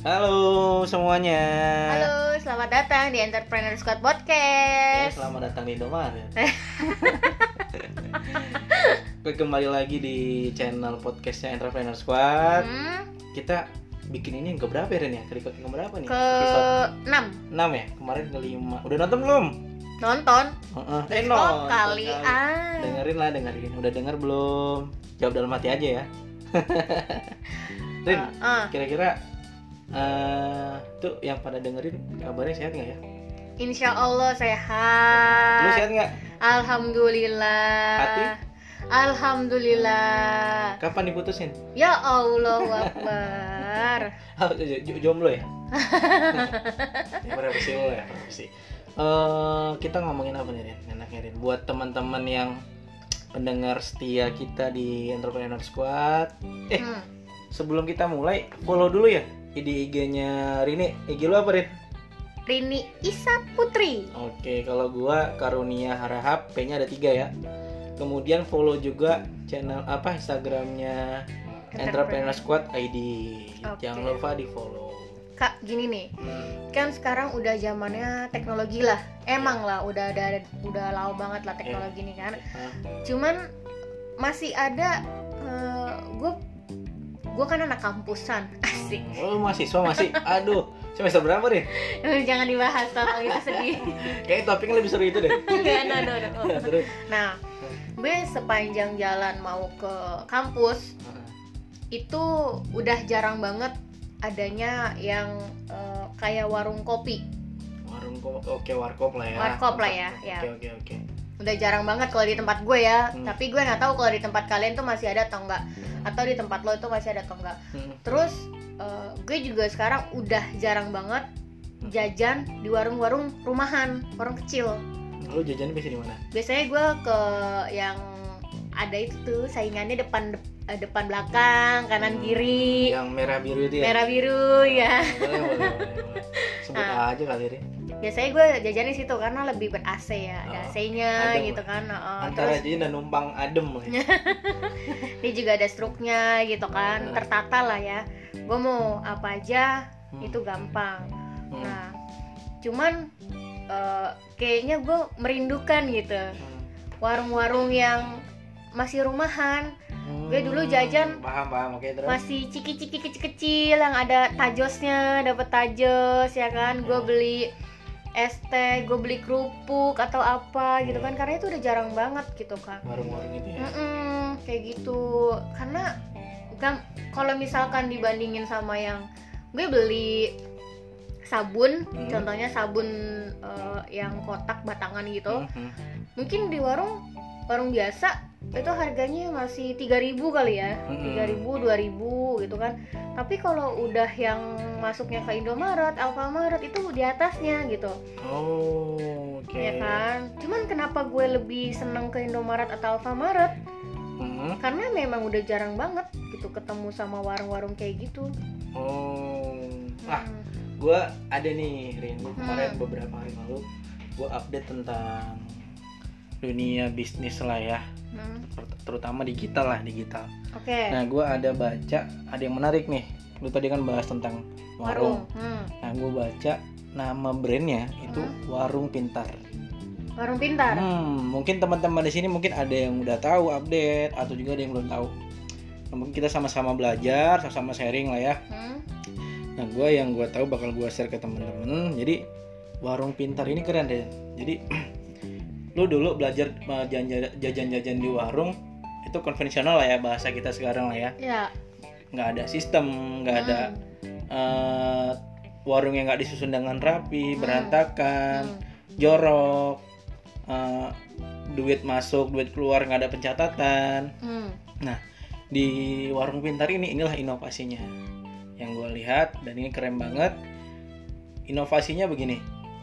Halo semuanya. Halo, selamat datang di Entrepreneur Squad Podcast. Selamat datang di Indomaret. Kembali lagi di channel podcastnya Entrepreneur Squad. Kita bikin ini yang keberapa ya Ren ya? Record yang keberapa nih? Ke-6 ya? Kemarin ke-5. Udah nonton belum? Nonton. Nonton kali. Dengerin. Udah denger belum? Jawab dalam hati aja ya. Rin, kira-kira tuh yang pada dengerin kabarnya sehat nggak ya? Insya Allah sehat. Lu sehat nggak? Alhamdulillah. Hati? Alhamdulillah. Kapan diputusin? Ya Allah Akbar. Jomblo ya? Berapa sih lo ya? Kita ngomongin apa nih Rin? Enaknya Rin buat teman-teman yang pendengar setia kita di Entrepreneur Squad. Sebelum kita mulai, follow dulu ya IG-nya Rini. IG lu apa Rin? Rini Isa Putri. Oke, kalau gua Karunia Harahap, P-nya ada 3 ya. Kemudian follow juga channel Instagramnya Entrepreneur Squad ID. Jangan lupa di follow. Kak, gini nih, kan sekarang udah zamannya teknologi lah. Emang lah, udah lama banget lah teknologi ini kan. Cuman masih ada, gue kan anak kampusan, asik. Oh, mahasiswa masih? Aduh, semester berapa nih? Jangan dibahas, tolong itu sedih. Kayaknya topiknya lebih seru itu deh. Terus. Nah, gue sepanjang jalan mau ke kampus itu udah jarang banget adanya yang kayak warung kopi. Warkop lah ya. Warkop lah ya. Oke. Udah jarang banget kalau di tempat gue ya. Tapi gue nggak tahu kalau di tempat kalian tuh masih ada atau enggak, atau di tempat lo itu masih ada atau enggak. Terus gue juga sekarang udah jarang banget jajan di warung-warung rumahan, warung kecil. Lo jajannya biasanya di mana? Biasanya gue ke yang ada itu tuh saingannya depan belakang, kanan kiri. Yang merah biru itu ya? Merah biru ya. Boleh. Sebut aja kali ini. Biasanya gue jajan di situ karena lebih ber-AC ya, ada AC-nya adem gitu kan. Antara jin dan numpang adem lah ya. Ini juga ada struknya gitu kan, tertata lah ya. Gue mau apa aja itu gampang. Nah, cuman kayaknya gue merindukan gitu warung-warung yang masih rumahan. Gue dulu jajan paham, oke, terus? Masih ciki-ciki kecil-kecil yang ada tajosnya, dapat tajos ya kan. Gue beli es teh, gue beli kerupuk atau apa gitu kan, karena itu udah jarang banget gitu kan warung-warung itu ya. Kayak gitu. Karena kan kalau misalkan dibandingin sama yang gue beli sabun, contohnya sabun yang kotak batangan gitu, mungkin di warung biasa itu harganya masih 3.000 kali ya, 3.000, 2.000 gitu kan. Tapi kalau udah yang masuknya ke Indomaret, Alfamaret itu di atasnya gitu. Oke. Ya kan. Cuman kenapa gue lebih seneng ke Indomaret atau Alfamaret? Karena memang udah jarang banget gitu ketemu sama warung-warung kayak gitu. Gue ada nih Rin, kemarin beberapa hari lalu gue update tentang dunia bisnis lah ya. Terutama digital. Oke. Nah, gue ada baca, ada yang menarik nih. Lu tadi kan bahas tentang warung. Nah, gue baca nama brandnya itu Warung Pintar. Warung Pintar. Mungkin teman-teman di sini mungkin ada yang udah tahu update atau juga ada yang belum tahu. Nah, mungkin kita sama-sama belajar, sama-sama sharing lah ya. Nah, yang gue tahu bakal gue share ke teman-teman. Jadi Warung Pintar ini keren deh. Jadi lu dulu belajar jajan-jajan di warung itu konvensional lah ya, bahasa kita sekarang lah ya. Iya. Nggak ada sistem, nggak ada warung yang nggak disusun dengan rapi, berantakan, jorok, duit masuk, duit keluar nggak ada pencatatan. Nah, di Warung Pintar inilah inovasinya yang gue lihat, dan ini keren banget. Inovasinya begini,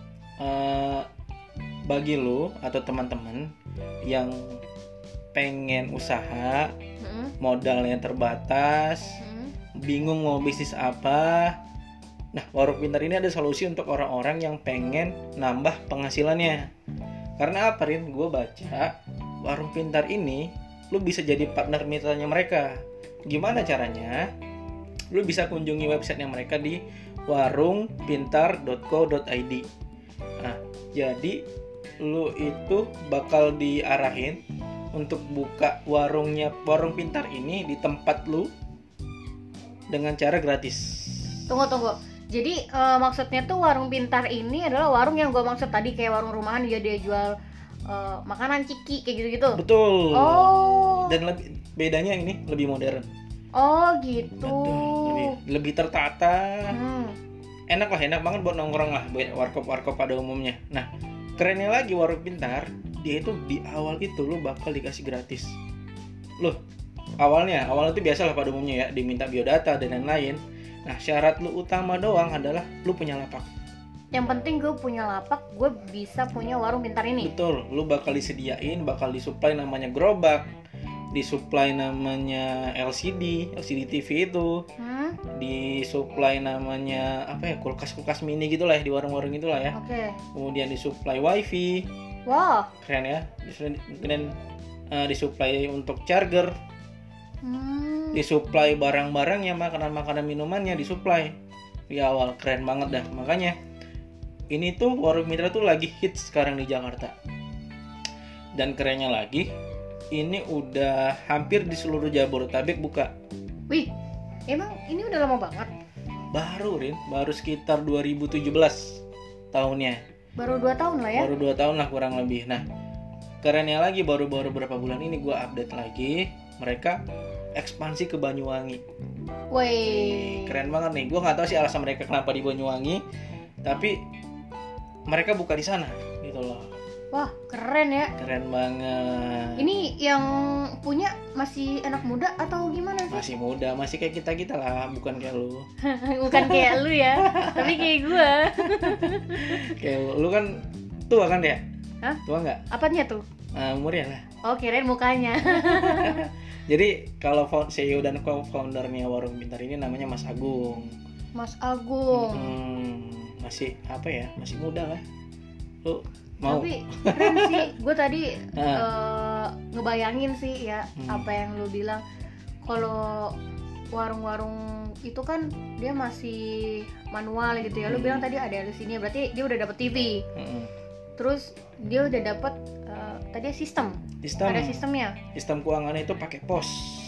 bagi lu atau teman-teman yang pengen usaha, modalnya terbatas, bingung mau bisnis apa, nah Warung Pintar ini ada solusi untuk orang-orang yang pengen nambah penghasilannya. Karena apa Rin? Gue baca Warung Pintar ini lu bisa jadi partner mitranya mereka. Gimana caranya? Lu bisa kunjungi websitenya mereka di warungpintar.co.id. Nah, jadi lu itu bakal diarahin untuk buka warung pintar ini di tempat lu dengan cara gratis. Tunggu. Jadi maksudnya tuh warung pintar ini adalah warung yang gue maksud tadi, kayak warung rumahan dia jual makanan ciki kayak gitu-gitu. Betul. Oh. Dan bedanya ini lebih modern. Oh gitu. Betul. Lebih tertata. Enak banget buat nongkrong lah, buat warkop pada umumnya. Nah, kerennya lagi warung pintar, dia itu di awal itu lo bakal dikasih gratis. Loh, awalnya itu biasalah pada umumnya ya, diminta biodata dan lain-lain. Nah, syarat lu utama doang adalah lu punya lapak. Yang penting gue punya lapak, gue bisa punya warung pintar ini. Betul, lu bakal bakal disuplai namanya gerobak, disuplai namanya LCD TV itu, disuplai namanya kulkas mini gitulah ya, di warung-warung itulah ya. Oke. Kemudian disuplai wifi. Wah. Keren ya. Kemudian disuplai untuk charger. Disuplai barang-barangnya, makanan minumannya disuplai di awal. Keren banget dah. Makanya ini tuh warung Mitra tuh lagi hits sekarang di Jakarta. Dan kerennya lagi, ini udah hampir di seluruh Jabodetabek buka. Wih, emang ini udah lama banget? Baru sekitar 2017 tahunnya. Baru 2 tahun lah ya? Baru 2 tahun lah kurang lebih. Nah, kerennya lagi baru beberapa bulan ini gue update lagi, mereka ekspansi ke Banyuwangi. Woi, keren banget nih. Gue nggak tahu sih alasan mereka kenapa di Banyuwangi, tapi mereka buka di sana gitu loh. Wah, keren ya. Keren banget. Ini yang punya masih anak muda atau gimana sih? Masih muda, masih kayak kita lah, bukan kayak lu. Bukan kayak lu ya, tapi kayak gua. Kayak lu kan tua kan ya? Hah? Tua nggak? Apanya tuh? Umurnya lah. Oh, kirain mukanya. Jadi kalau CEO dan co-foundernya Warung Pintar ini namanya Mas Agung. Mas Agung. Masih masih muda lah. Lu mau? Tapi keren sih. Gue tadi ngebayangin sih ya apa yang lu bilang. Kalau warung-warung itu kan dia masih manual gitu ya. Lu bilang tadi ada di sini, berarti dia udah dapet TV. Terus dia udah dapet tadi sistem. Ada sistemnya. Sistem keuangannya itu pakai POS.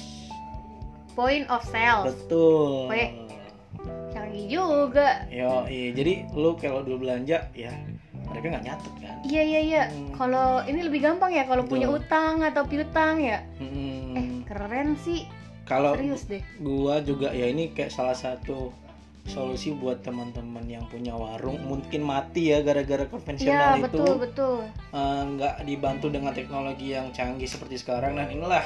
Point of sale. Betul. Canggih juga. Jadi lu kalau dulu belanja ya mereka nggak nyatet kan? Iya. Kalau ini lebih gampang ya kalau punya utang atau piutang ya. Keren sih. Kalau serius deh. Gua juga ya, ini kayak salah satu solusi buat teman-teman yang punya warung mungkin mati ya gara-gara konvensional ya, itu. Betul. Nggak dibantu dengan teknologi yang canggih seperti sekarang. Dan inilah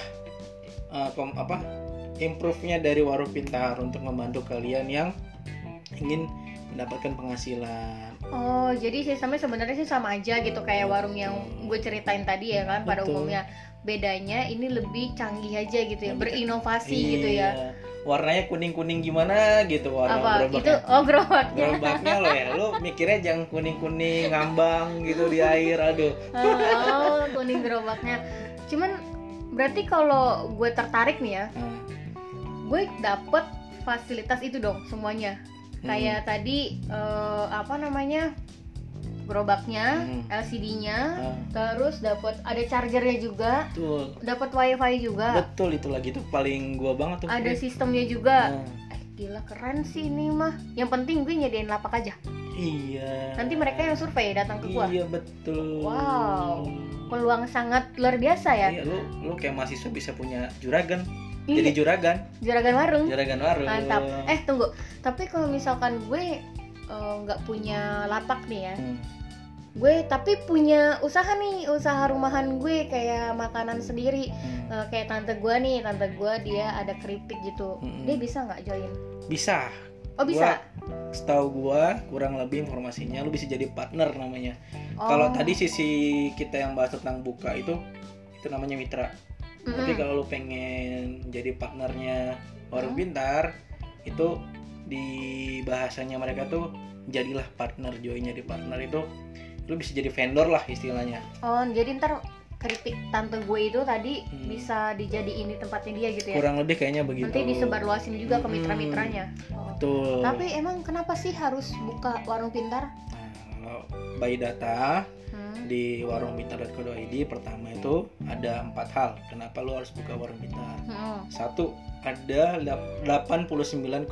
improve-nya dari Warung Pintar untuk membantu kalian yang ingin mendapatkan penghasilan. Oh, jadi sistemnya sebenarnya sih sama aja gitu kayak warung yang gue ceritain tadi ya kan. Pada umumnya bedanya ini lebih canggih aja gitu ya, berinovasi gitu ya. Warnanya kuning-kuning gimana gitu warna gerobaknya. Itu gerobaknya. Gerobaknya lo ya, lo mikirnya jangan kuning-kuning ngambang gitu di air, aduh. Kuning gerobaknya. Cuman berarti kalau gue tertarik nih ya, gue dapet fasilitas itu dong semuanya. Kayak tadi gerobaknya, LCD-nya, terus dapat ada chargernya juga, dapat wifi juga. Betul, itu lagi tuh paling gua banget tuh. Ada sistemnya juga. Gila keren sih ini mah. Yang penting gue nyediain lapak aja. Iya. Nanti mereka yang survei datang ke gua. Iya betul. Wow, peluang sangat luar biasa ya. Iya, lu kayak mahasiswa bisa punya juragan. Jadi juragan warung. Mantap. Tunggu. Tapi kalau misalkan gue nggak punya lapak nih ya, gue tapi punya usaha rumahan gue kayak makanan sendiri. Kayak tante gue dia ada keripik gitu. Dia bisa nggak join? Bisa. Oh bisa. Setahu gue kurang lebih informasinya lu bisa jadi partner namanya. Kalau tadi sisi kita yang bahas tentang buka itu namanya mitra. Tapi kalau lu pengen jadi partnernya Warung Pintar, itu di bahasanya mereka tuh jadilah partner, joinnya di partner itu lu bisa jadi vendor lah istilahnya. Oh, jadi ntar keripik tante gue itu tadi bisa dijadiin di tempatnya dia gitu ya. Kurang lebih kayaknya begitu. Nanti disebarluasin juga ke mitra-mitranya. Betul. Tapi emang kenapa sih harus buka warung pintar? Kalau by data di warungpintar.co.id pertama itu ada 4 hal kenapa lu harus buka warung pintar. Satu, ada 89,5%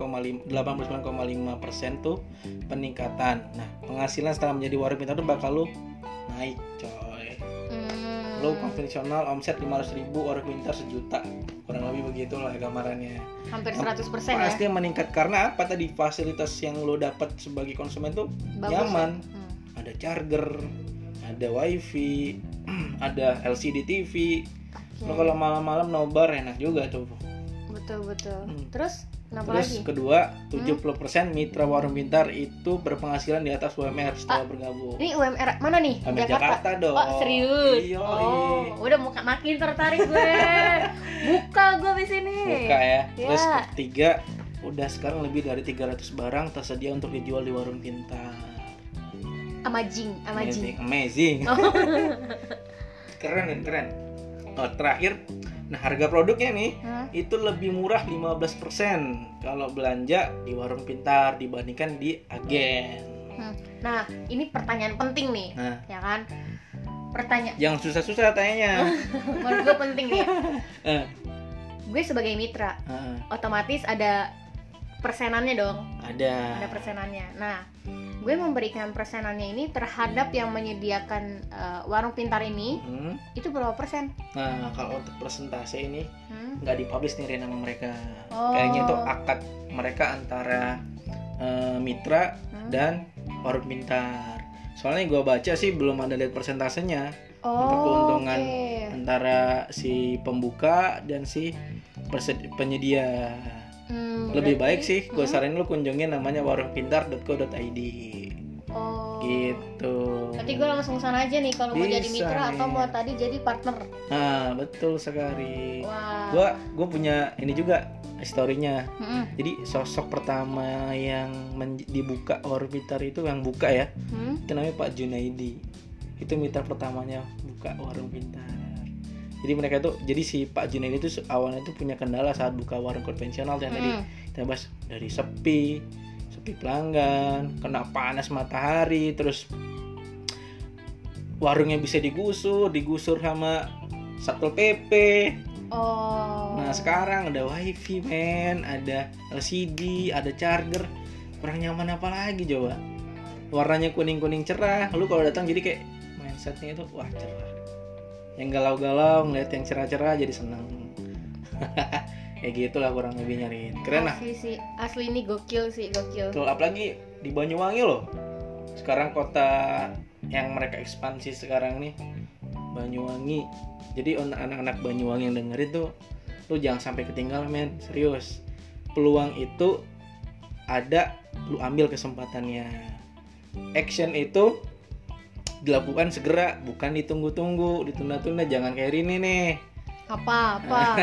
tuh peningkatan. Nah, penghasilan setelah menjadi warung pintar tuh bakal lu naik, coy. Lu konvensional omset 500.000, warung pintar 1 juta. Kurang lebih begitulah gambarannya. Hampir 100% ya. Pasti meningkat karena apa tadi? Fasilitas yang lu dapat sebagai konsumen tuh bagus, nyaman. Ya? Ada charger, ada wifi, ada LCD TV. Lo kalau malam-malam nobar enak juga tuh. Betul. Terus kenapa lagi? Terus kedua, 70% mitra warung pintar itu berpenghasilan di atas UMR setelah bergabung. Ini UMR mana nih? Jakarta dong. Oh, serius? Udah makin tertarik gue. Buka gue di sini. Buka ya. Terus ketiga, udah sekarang lebih dari 300 barang tersedia untuk dijual di warung pintar. Amazing. Oh. Keren. Oh, terakhir, nah harga produknya nih itu lebih murah 15% kalau belanja di warung pintar dibandingkan di agen. Nah, ini pertanyaan penting nih, ya kan? Pertanyaan. Jangan susah-susah tanyanya. Menurut gue penting nih. Gue sebagai mitra, otomatis ada persenannya dong. Ada persenannya. Nah, gue memberikan persenannya ini terhadap yang menyediakan warung pintar ini itu berapa persen? Nah, kalau untuk persentase ini nggak dipublish nih nama mereka. Kayaknya itu akad mereka antara mitra dan warung pintar. Soalnya gue baca sih belum ada lihat persentasenya untuk keuntungan antara si pembuka dan si penyedia. Lebih baik sih gue saranin lu kunjungin namanya warungpintar.co.id. Gitu. Berarti gue langsung sana aja nih kalau mau jadi mitra atau mau tadi jadi partner. Nah, betul sekali. Gue punya ini juga historinya. Jadi sosok pertama yang dibuka warung pintar itu yang buka ya. Itu namanya Pak Junaidi. Itu mitra pertamanya buka warung pintar. Jadi mereka tuh, jadi si Pak Junaidi itu awalnya tuh punya kendala saat buka warung konvensional yang tadi kita bahas, dari sepi pelanggan, kena panas matahari, terus warungnya bisa digusur sama Satpol PP. Nah sekarang ada wifi men, ada LCD, ada charger, kurang nyaman apa lagi coba? Warnanya kuning cerah, lu kalau datang jadi kayak mindsetnya itu wah cerah. Yang galau-galau ngeliat yang cerah-cerah jadi senang. Kayak gitulah kurang lebih nyariin. Keren lah. Asli ini gokil. Tuh, apalagi di Banyuwangi loh. Sekarang kota yang mereka ekspansi sekarang nih, Banyuwangi. Jadi anak-anak Banyuwangi yang dengerin tuh, lu jangan sampai ketinggalan men, serius. Peluang itu ada, lu ambil kesempatannya. Action itu dilakukan segera, bukan ditunggu-tunggu, ditunda-tunda. Jangan kayak Rini nih. Apa?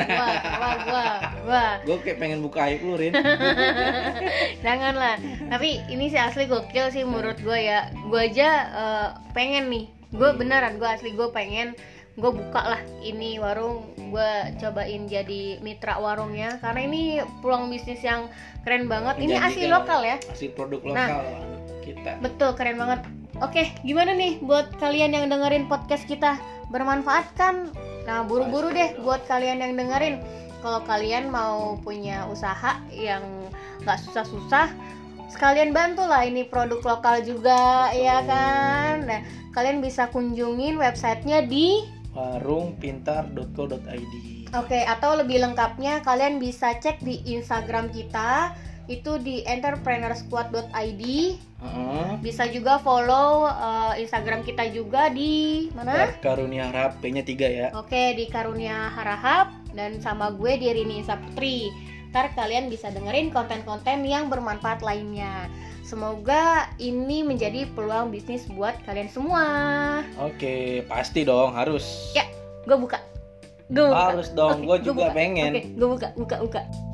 Gua. Gue kayak pengen buka aib lu, Rin. Janganlah. Tapi ini sih asli gokil sih menurut gue ya. Gue aja pengen nih. Gue beneran, gue asli gue pengen. Gue buka lah ini warung. Gue cobain jadi mitra warungnya. Karena ini peluang bisnis yang keren banget. Ini asli lokal ya. Asli produk lokal kita. Betul, keren banget. Oke, gimana nih buat kalian yang dengerin podcast kita? Bermanfaat kan? Nah, buru-buru deh buat kalian yang dengerin. Kalau kalian mau punya usaha yang gak susah-susah, sekalian bantulah ini produk lokal juga, ya kan? Nah, kalian bisa kunjungin websitenya di warungpintar.co.id. Oke, atau lebih lengkapnya kalian bisa cek di Instagram kita, itu di entrepreneursquad.id. Bisa juga follow Instagram kita juga di mana? Karunia Harahap, P-nya 3 ya. Oke, di Karunia Harahap, dan sama gue di Rini Saputri. Ntar kalian bisa dengerin konten-konten yang bermanfaat lainnya. Semoga ini menjadi peluang bisnis buat kalian semua. Oke, pasti dong, harus. Ya, gue buka. Harus dong, gue juga pengen. Oke, gue buka.